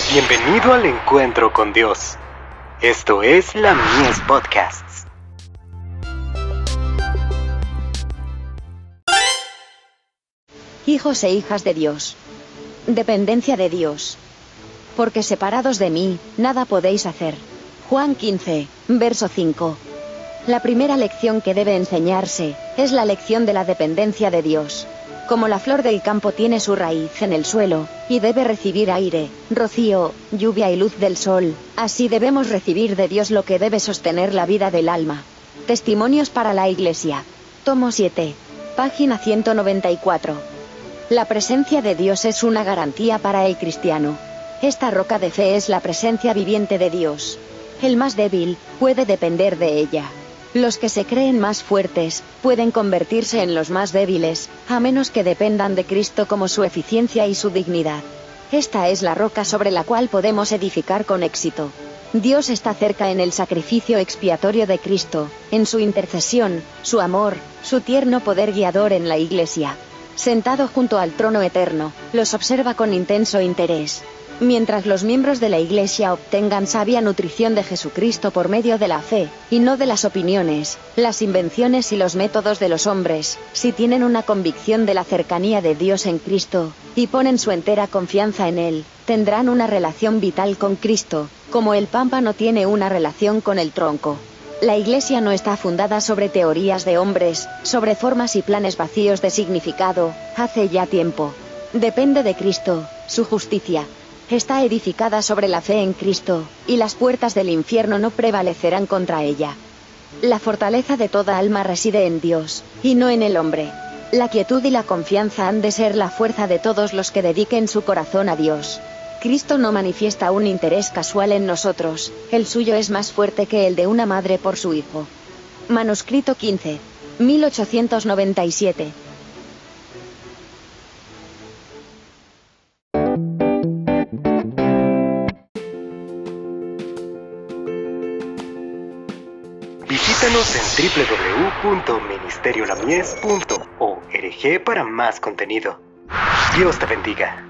Bienvenido al encuentro con Dios. Esto es la Mies Podcasts. Hijos e hijas de Dios. Dependencia de Dios. Porque separados de mí, nada podéis hacer. Juan 15, verso 5. La primera lección que debe enseñarse, es la lección de la dependencia de Dios. Como la flor del campo tiene su raíz en el suelo, y debe recibir aire, rocío, lluvia y luz del sol, así debemos recibir de Dios lo que debe sostener la vida del alma. Testimonios para la Iglesia. Tomo 7. Página 194. La presencia de Dios es una garantía para el cristiano. Esta roca de fe es la presencia viviente de Dios. El más débil, puede depender de ella. Los que se creen más fuertes, pueden convertirse en los más débiles, a menos que dependan de Cristo como su eficiencia y su dignidad. Esta es la roca sobre la cual podemos edificar con éxito. Dios está cerca en el sacrificio expiatorio de Cristo, en su intercesión, su amor, su tierno poder guiador en la Iglesia. Sentado junto al trono eterno, los observa con intenso interés. Mientras los miembros de la Iglesia obtengan sabia nutrición de Jesucristo por medio de la fe, y no de las opiniones, las invenciones y los métodos de los hombres, si tienen una convicción de la cercanía de Dios en Cristo, y ponen su entera confianza en Él, tendrán una relación vital con Cristo, como el pámpano tiene una relación con el tronco. La Iglesia no está fundada sobre teorías de hombres, sobre formas y planes vacíos de significado, hace ya tiempo. Depende de Cristo, su justicia. Está edificada sobre la fe en Cristo, y las puertas del infierno no prevalecerán contra ella. La fortaleza de toda alma reside en Dios, y no en el hombre. La quietud y la confianza han de ser la fuerza de todos los que dediquen su corazón a Dios. Cristo no manifiesta un interés casual en nosotros, el suyo es más fuerte que el de una madre por su hijo. Manuscrito 15. 1897. Visítanos en www.ministeriolamies.org para más contenido. Dios te bendiga.